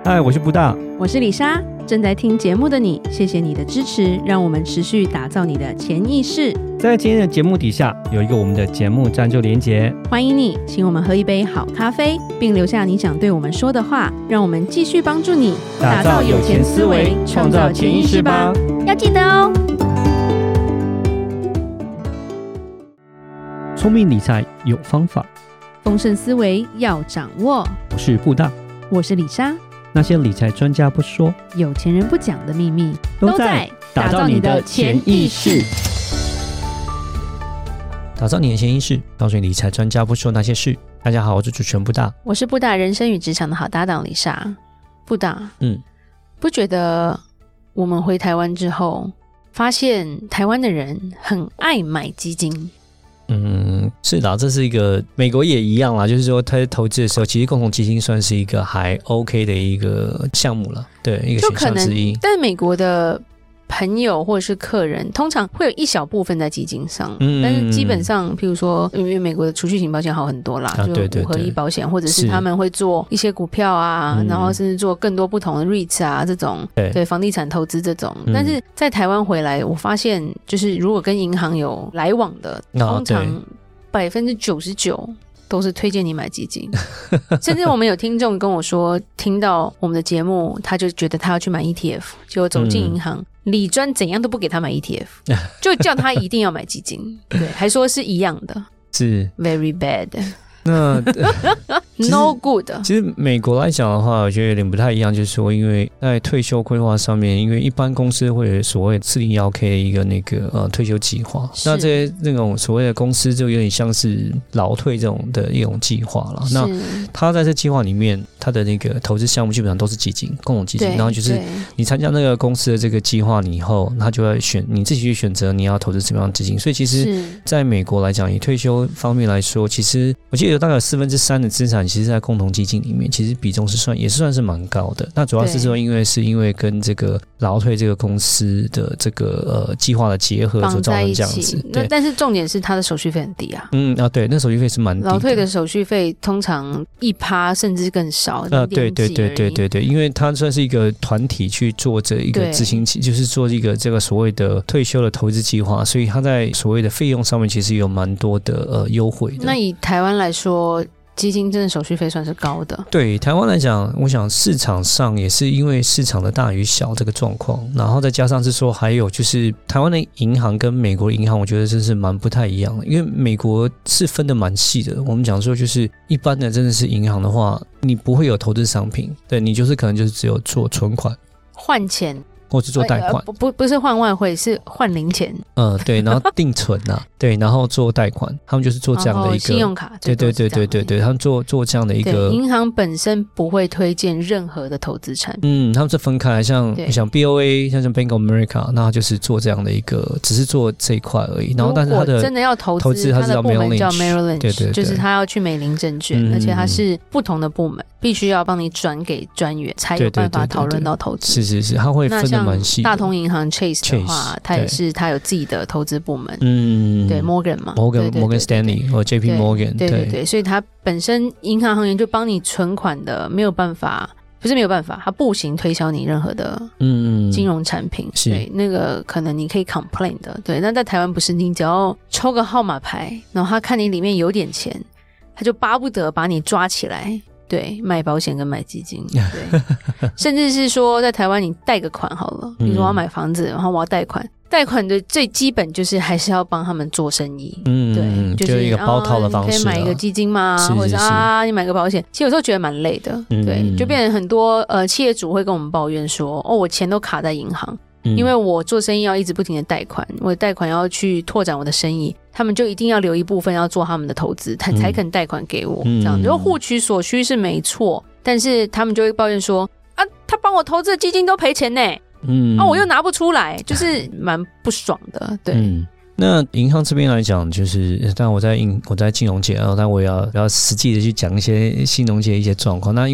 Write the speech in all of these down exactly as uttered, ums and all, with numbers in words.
嗨，我是布大， 我是李莎。正在听节目的你，谢谢你的支持，让我们持续打造你的潜意识。 在今天的节目底下有一个我们的节目赞助连结， 欢迎你，请我们喝一杯好咖啡，并留下你想对我们说的话，让我们继续帮助你打造有钱思维，创造潜意识吧。 要记得哦。 聪明理财有方法， 丰盛思维要掌握。 我是布大， 我是李莎。 那些理财专家不说， 有钱人不讲的秘密， 都在打造你的潜意识。打造你的潜意识，告诉你理财专家不说那些事。大家好，我是主持人布大， 我是布大人生与职场的好搭档李莎。布大， 嗯， 不觉得我们回台湾之后，发现台湾的人很爱买基金？ 嗯，是的，这是一个美国也一样啦，就是说他在投资的时候，其实共同基金算是一个还 OK 的一个项目了，对，一个选项之一。 但美国的朋友或者是客人通常会有一小部分在基金上，嗯、但是基本上譬如说因为美国的储蓄型保险好很多啦，啊、就五合一保险，或者是他们会做一些股票啊、嗯、然后甚至做更多不同的 REITs 啊这种 对, 对房地产投资这种、嗯、但是在台湾回来我发现就是如果跟银行有来往的、啊、通常百分之九十九都是推荐你买基金甚至我们有听众跟我说听到我们的节目他就觉得他要去买 E T F， 结果走进银行、嗯理专怎样都不给他买 E T F 就叫他一定要买基金对，还说是一样的， 是 very bad 那 no good。 其实美国来讲的话我觉得有点不太一样，就是说因为在退休规划上面，因为一般公司会有所谓 四零一 K 的一个那个呃退休计划，那这些那种所谓的公司就有点像是劳退这种的一种计划了。那他在这计划里面他的那个投资项目基本上都是基金，共同基金，然后就是你参加那个公司的这个计划以后，他就会选你自己去选择你要投资什么样的基金。所以其实在美国来讲，以退休方面来说，其实我记得有大概有四分之三的资产其实在共同基金里面，其实比重是算也是算是蛮高的。那主要是说因为是因为跟这个劳退这个公司的这个呃计划的结合所造成这样子。 那但是重点是它的手续费很低啊。 嗯啊，对，那手续费是蛮低的。 劳退的手续费通常一趴甚至更少。啊， 对对对对对对，因为它算是一个团体去做这一个执行，就是做一个这个所谓的退休的投资计划，所以它在所谓的费用上面其实有蛮多的呃优惠的。 那以台湾来说，基金真的手续费算是高的。 对台湾来讲，我想市场上也是因为市场的大与小这个状况，然后再加上是说还有就是台湾的银行跟美国的银行我觉得真是蛮不太一样的，因为美国是分得蛮细的。我们讲说就是一般的真的是银行的话，你不会有投资商品，对，你就是可能就是只有做存款换钱或是做贷款、呃、 不, 不是换外汇，是换零钱。 嗯，对，然后定存啊对，然后做贷款，他们就是做这样的一个信用卡， 对对对对对对，他们做做这样的一个。 银行本身不会推荐任何的投资产品， 嗯，他们是分开来，像像 B O A， 像像 Bank of America， 那他就是做这样的一个，只是做这一块而已。然后，但是他的真的要投资， 投资他是的部门叫 Merrill Lynch， 对, 对对， 就是他要去美林证券、嗯，而且他是不同的部门，必须要帮你转给专员，才有办法讨论到投资。 是是是，他会分得蛮细的。 大同银行 Chase 的话，他也是他有自己的投资部门，嗯，对 Morgan 嘛 ，Morgan Morgan Stanley 或 J P Morgan， 对对 对, 对，所以他本身银行行员就帮你存款的，没有办法，不是没有办法，他不行推销你任何的金融产品，嗯、对，那个可能你可以 complain 的，对，那在台湾不是，你只要抽个号码牌，然后他看你里面有点钱，他就巴不得把你抓起来。对，卖保险跟买基金，对，甚至是说在台湾你贷个款好了，比如说我要买房子，然后我要贷款，贷款的最基本就是还是要帮他们做生意，嗯，对，就是、 就是一个包套的方式、啊， 你可以买一个基金吗？ 是是是， 或者是啊，你买个保险，其实有时候觉得蛮累的，嗯、对，就变成很多呃企业主会跟我们抱怨说，哦，我钱都卡在银行。因为我做生意要一直不停的贷款，我的贷款要去拓展我的生意，他们就一定要留一部分要做他们的投资，他才肯贷款给我，嗯、这样就互取所需是没错，但是他们就会抱怨说啊，他帮我投资的基金都赔钱呢，嗯，啊，我又拿不出来，就是蛮不爽的，对。嗯， 那银行这边来讲，就是当然我在我在金融界，然后但我也要要实际的去讲一些金融界的一些状况。那因为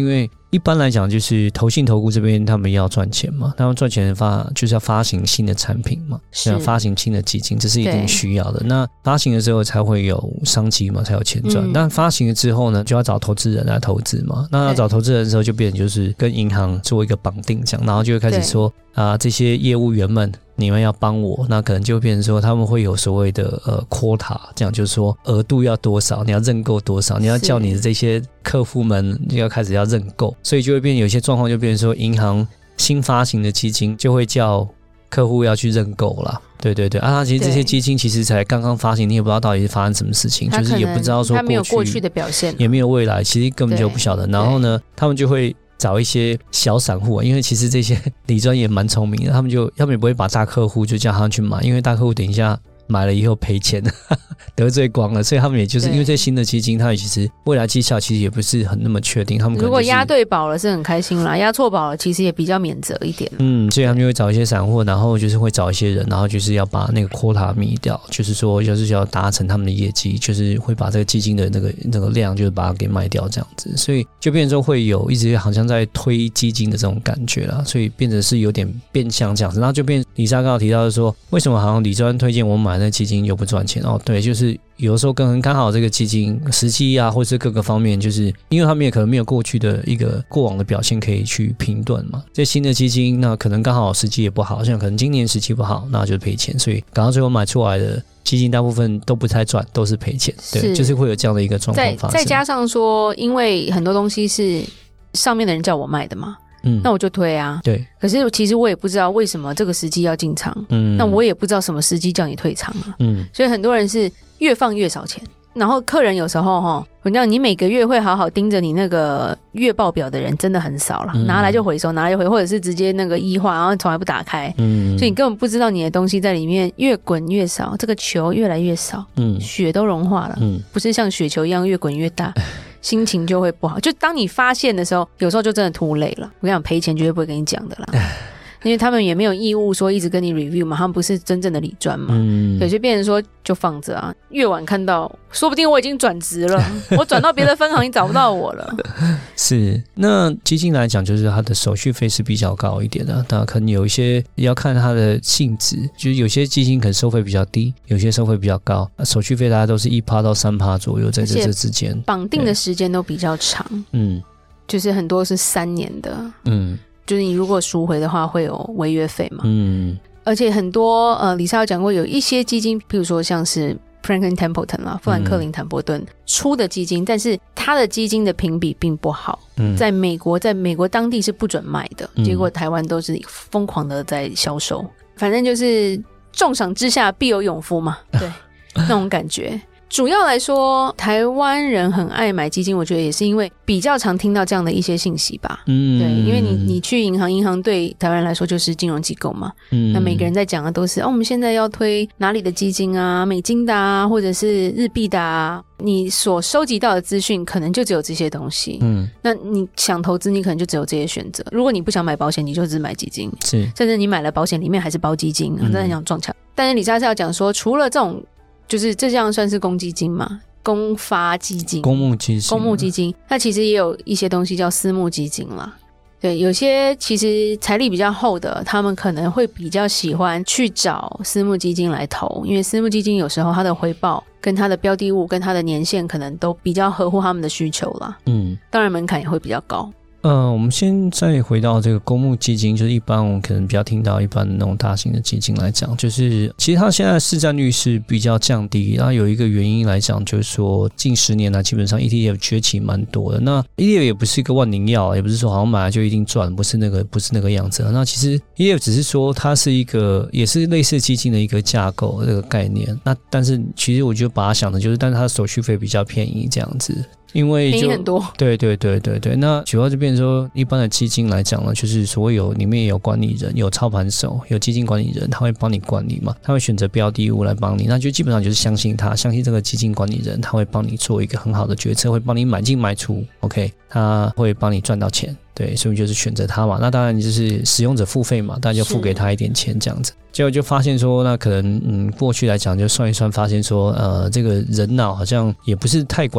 一般来讲就是投信投顾这边他们要赚钱嘛，他们赚钱发就是要发行新的产品嘛，是要发行新的基金，这是一定需要的。那发行的时候才会有商机嘛，才有钱赚、嗯、但发行了之后呢就要找投资人来投资嘛，那要找投资人的时候就变成就是跟银行做一个绑定这样，然后就会开始说啊、呃，这些业务员们你们要帮我，那可能就会变成说他们会有所谓的呃 quota， 这样就是说额度要多少，你要认购多少，你要叫你的这些客户们要开始要认购，所以就会变成有些状况就变成说银行新发行的基金就会叫客户要去认购啦。对对对啊，其实这些基金其实才刚刚发行，你也不知道到底是发生什么事情，就是也不知道说他没有过去的表现， 也没有未来，其实根本就不晓得。然后呢，他们就会找一些小散户、啊、因为其实这些理专也蛮聪明的，他们就他们也不会把大客户就叫他们去买，因为大客户等一下买了以后赔钱得罪光了，所以他们也就是因为这新的基金它其实未来绩效其实也不是很那么确定，他们可能、就是、 如果押对宝了是很开心啦，押错宝了其实也比较免责一点。 嗯，所以他们就会找一些散户，然后就是会找一些人，然后就是要把那个 quota 灭掉，就是说就是要达成他们的业绩，就是会把这个基金的那个那个量就是把它给卖掉这样子，所以就变成说会有一直好像在推基金的这种感觉啦，所以变成是有点变相这样子，然后就变李莎刚好提到的说为什么好像理专推荐我们买那基金又不赚钱哦，对，就是有的时候跟刚好这个基金时机啊，或是各个方面，就是因为他们也可能没有过去的一个过往的表现可以去评断嘛。这新的基金，那可能刚好时机也不好，像可能今年时机不好，那就赔钱，所以赶到最后买出来的基金大部分都不太赚，都是赔钱。对，是就是会有这样的一个状况发生。 再加上说，因为很多东西是上面的人叫我卖的嘛。嗯，那我就推啊。 对， 可是其实我也不知道为什么这个时机要进场，嗯，那我也不知道什么时机叫你退场啊，嗯，所以很多人是越放越少钱，然后客人有时候哈，我讲你每个月会好好盯着你那个月报表的人真的很少了，嗯、拿来就回收，拿来就回收，或者是直接那个异化，然后从来不打开，嗯，所以你根本不知道你的东西在里面越滚越少，这个球越来越少，嗯，雪都融化了，嗯，不是像雪球一样越滚越大。心情就会不好，就当你发现的时候，有时候就真的too late了。我跟你讲，赔钱绝对不会跟你讲的啦，因为他们也没有义务说一直跟你 review 嘛，他们不是真正的理专嘛，嗯，对，所以变成说就放着啊，越晚看到，说不定我已经转职了，我转到别的分行，你找不到我了。 是，那基金来讲，就是它的手续费是比较高一点的，那可能有一些要看它的性质，就是有些基金可能收费比较低，有些收费比较高，手续费大家都是一趴到三趴左右，在这这之间， 绑定的时间都比较长，嗯，就是很多是三年的，嗯。就是你如果赎回的话会有违约费嘛，嗯，而且很多呃，李莎有讲过，有一些基金，譬如说像是 Franklin Templeton 啦，富兰克林坦波顿出的基金，但是他的基金的评比并不好，嗯，在美国在美国当地是不准卖的，结果台湾都是疯狂的在销售，反正就是重赏之下必有勇夫嘛，对，那种感觉。主要来说，台湾人很爱买基金，我觉得也是因为比较常听到这样的一些信息吧。嗯，对，因为你你去银行，银行对台湾人来说就是金融机构嘛。嗯，那每个人在讲的都是哦，我们现在要推哪里的基金啊，美金的啊，或者是日币的啊。你所收集到的资讯可能就只有这些东西。嗯，那你想投资，你可能就只有这些选择。如果你不想买保险，你就只买基金。是，甚至你买了保险，里面还是包基金，真的很想撞墙。但是李莎是要讲说，除了这种。就是这样算是公基金嘛，公发基金， 公募基金， 公募基金，那其实也有一些东西叫私募基金啦。对，有些其实财力比较厚的，他们可能会比较喜欢去找私募基金来投，因为私募基金有时候它的回报跟它的标的物跟它的年限可能都比较合乎他们的需求啦。嗯，当然门槛也会比较高。 呃，我们先再回到这个公募基金，就是一般我们可能比较听到一般的那种大型的基金来讲，就是其实它现在的市占率是比较降低，然后有一个原因来讲，就是说近十年来基本上 E T F 崛起蛮多的。那 E T F 也不是一个万灵药，也不是说好像买了就一定赚，不是那个不是那个样子。那其实 E T F 只是说它是一个也是类似基金的一个架构这个概念。那但是其实我觉得把它想的就是，但是它的手续费比较便宜这样子。因为就便宜很多， 对对对对对。那主要就变成说，一般的基金来讲呢，就是所谓有里面有管理人、有操盘手、有基金管理人，他会帮你管理嘛，他会选择标的物来帮你，那就基本上就是相信他，相信这个基金管理人，他会帮你做一个很好的决策，会帮你买进买出 ，OK， 他会帮你赚到钱。对，所以就是选择它嘛。那当然就是使用者付费嘛，大家就付给他一点钱这样子。结果就发现说，那可能嗯，过去来讲就算一算，发现说，呃，这个人脑好像也不是太管用。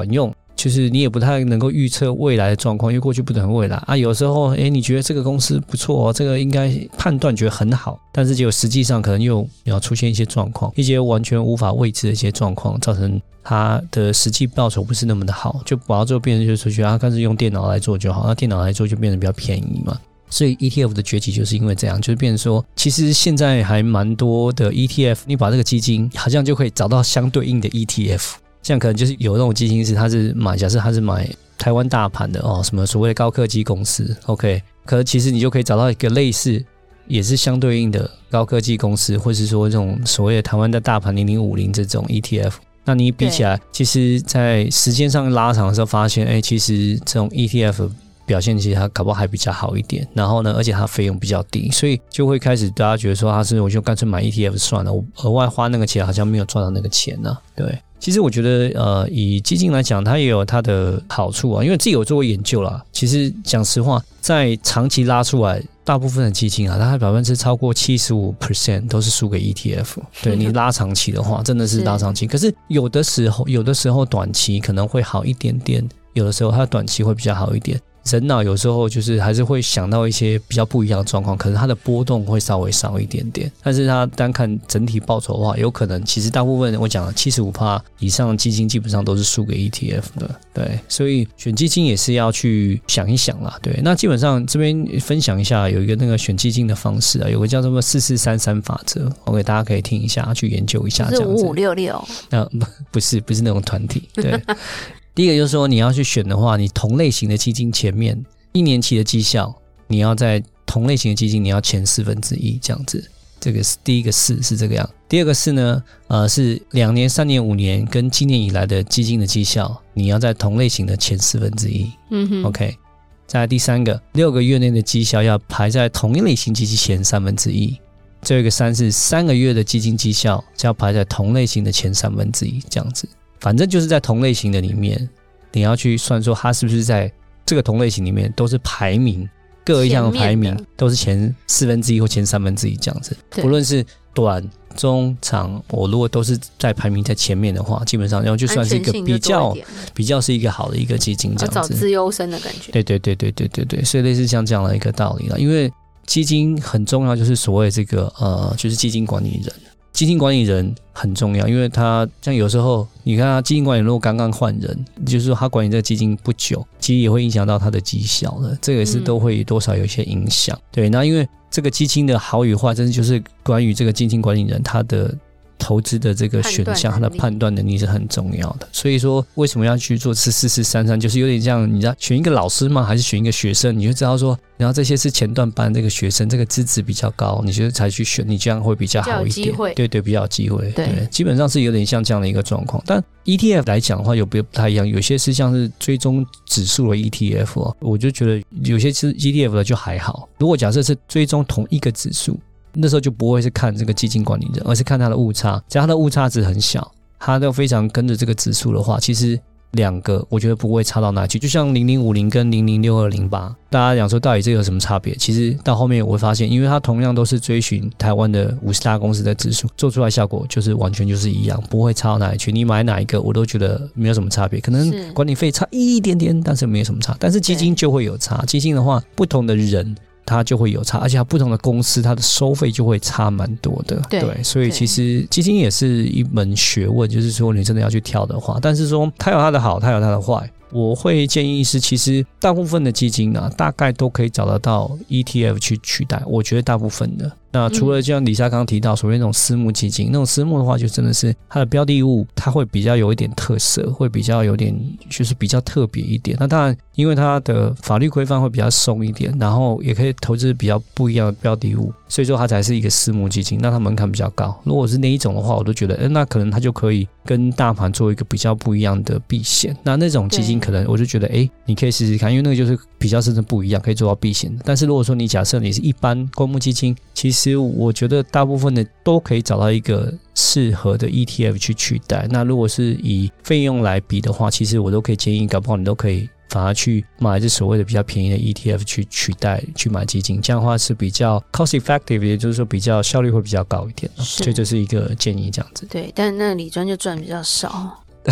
就是你也不太能够预测未来的状况，因为过去不等于未来啊。有时候诶你觉得这个公司不错哦，这个应该判断觉得很好，但是结果实际上可能又要出现一些状况，一些完全无法未知的一些状况，造成它的实际报酬不是那么的好，就跑到最后变成就是觉得它干脆用电脑来做就好，那电脑来做就变得比较便宜嘛。所以 E T F 的崛起就是因为这样，就是变成说其实现在还蛮多的 E T F， 你把这个基金好像就可以找到相对应的 E T F，像可能就是有那种基金是它是买，假设它是买台湾大盘的哦，什么所谓的高科技公司 OK， 可是其实你就可以找到一个类似也是相对应的高科技公司，或是说这种所谓的台湾的大盘零零五零这种 E T F， 那你比起来其实在时间上拉长的时候发现哎，其实这种 E T F 表现其实它搞不好还比较好一点，然后呢而且它费用比较低，所以就会开始大家觉得说它是我就干脆买 E T F 算了，我额外花那个钱好像没有赚到那个钱啊。对，其实我觉得呃，以基金来讲它也有它的好处啊，因为自己有做过研究啦，其实讲实话在长期拉出来大部分的基金啊，它百分之超过 百分之七十五 都是输给 E T F， 对，你拉长期的话真的是拉长期，可是有的时候有的时候短期可能会好一点点，有的时候它短期会比较好一点，人脑有时候就是还是会想到一些比较不一样的状况，可能它的波动会稍微少一点点，但是它单看整体报酬的话，有可能其实大部分我讲了 百分之七十五 以上的基金基本上都是输给 E T F 的。对，所以选基金也是要去想一想啦。对，那基本上这边分享一下有一个那个选基金的方式啊，有个叫做四四三三法则 OK， 大家可以听一下去研究一下，这样子是五五六六那不是不是那种团体。对第一个就是说你要去选的话，你同类型的基金前面一年期的绩效，你要在同类型的基金你要前四分之一这样子，这个是第一个四是这个样。第二个是呢，呃，是两年、三年、五年跟今年以来的基金的绩效，你要在同类型的前四分之一。嗯哼 ，OK。再来第三个，六个月内的绩效要排在同一类型基金前三分之一。最后一个三是三个月的基金绩效就要排在同类型的前三分之一这样子。反正就是在同类型的里面，你要去算说它是不是在这个同类型里面都是排名各一项的排名都是前四分之一或前三分之一这样子，不论是短中长，我如果都是在排名在前面的话，基本上要就算是一个比较比较是一个好的一个基金这样子， 要找资优生的感觉。 对对对对对对对，所以类似像这样的一个道理啦。因为基金很重要，就是所谓这个呃，就是基金管理人。基金管理人很重要，因为他像有时候你看他基金管理人如果刚刚换人，就是说他管理这个基金不久，其实也会影响到他的绩效的，这个也是都会多少有一些影响。嗯、对，那因为这个基金的好与坏，真的就是关于这个基金管理人他的投资的这个选项，他的判断能力是很重要的。所以说为什么要去做四四四三三，就是有点像你知道选一个老师吗？还是选一个学生？你就知道说，然后这些是前段班这个学生，这个资质比较高，你就才去选，你这样会比较好一点。对对，比较有机会。对，对基本上是有点像这样的一个状况。但 E T F 来讲的话，有不太一样，有些是像是追踪指数的 E T F 哦，我就觉得有些是 E T F 的就还好。如果假设是追踪同一个指数，那时候就不会是看这个基金管理人，而是看它的误差。只要它的误差值很小，它都非常跟着这个指数的话，其实两个我觉得不会差到哪去。就像零零五零跟零零六二零八，大家讲说到底这有什么差别？其实到后面我会发现，因为它同样都是追寻台湾的五十大公司的指数，做出来效果就是完全就是一样，不会差到哪里去。你买哪一个我都觉得没有什么差别，可能管理费差一点点，但是没有什么差。但是基金就会有差，基金的话不同的人它就会有差，而且它不同的公司它的收费就会差蛮多的。 对, 对，所以其实基金也是一门学问，就是说你真的要去挑的话，但是说它有它的好，它有它的坏。我会建议是，其实大部分的基金啊，大概都可以找得到 E T F 去取代。我觉得大部分的，那除了像李莎刚刚提到所谓那种私募基金，那种私募的话，就真的是它的标的物，它会比较有一点特色，会比较有点就是比较特别一点。那当然，因为它的法律规范会比较松一点，然后也可以投资比较不一样的标的物，所以说它才是一个私募基金。那它门槛比较高。如果是那一种的话，我都觉得，欸、那可能它就可以跟大盘做一个比较不一样的避险。那那种基金可能我就觉得，哎，你可以试试看，因为那个就是比较真的不一样，可以做到避险的。但是如果说你假设你是一般公募基金，其实我觉得大部分的都可以找到一个适合的 E T F 去取代。那如果是以费用来比的话，其实我都可以建议，搞不好你都可以反而去买这所谓的比较便宜的 E T F 去取代去买基金，这样的话是比较 cost effective， 也就是说比较效率会比较高一点，所以这是一个建议这样子。 对，但那理专就赚比较少。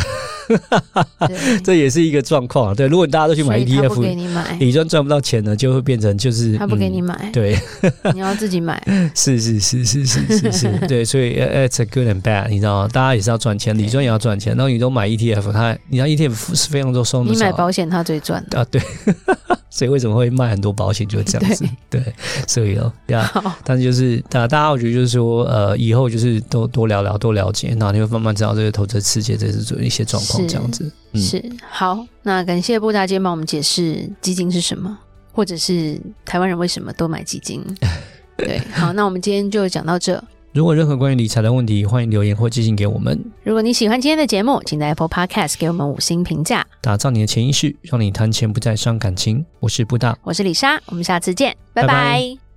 这也是一个状况。对，如果大家都去买 E T F， 他不给你买， 理专赚不到钱呢，就会变成就是他不给你买， 嗯、对， 你要自己买。 是是是是是是是，对，所以 it's a good and bad， 你知道吗？大家也是要赚钱，理专也要赚钱。然后你都买 E T F， 它你知道 E T F 是非常多收那么少， 你买保险它最赚啊，对。所以为什么会卖很多保险就是这样子，对，对，所以哦，呀，但是就是大家我觉得就是说，呃，以后就是多多聊聊，多了解，然后你会慢慢知道这个投资世界这是一些状况这样子。 嗯、是好，那感谢布大今天帮我们解释基金是什么，或者是台湾人为什么都买基金。对，好，那我们今天就讲到这。 如果任何关于理财的问题，欢迎留言或寄信给我们。 如果你喜欢今天的节目，请在 Apple Podcast 给我们五星评价。 打造你的潜意识，让你谈钱不再伤感情。我是布大， 我是李莎，我们下次见，拜拜。拜拜。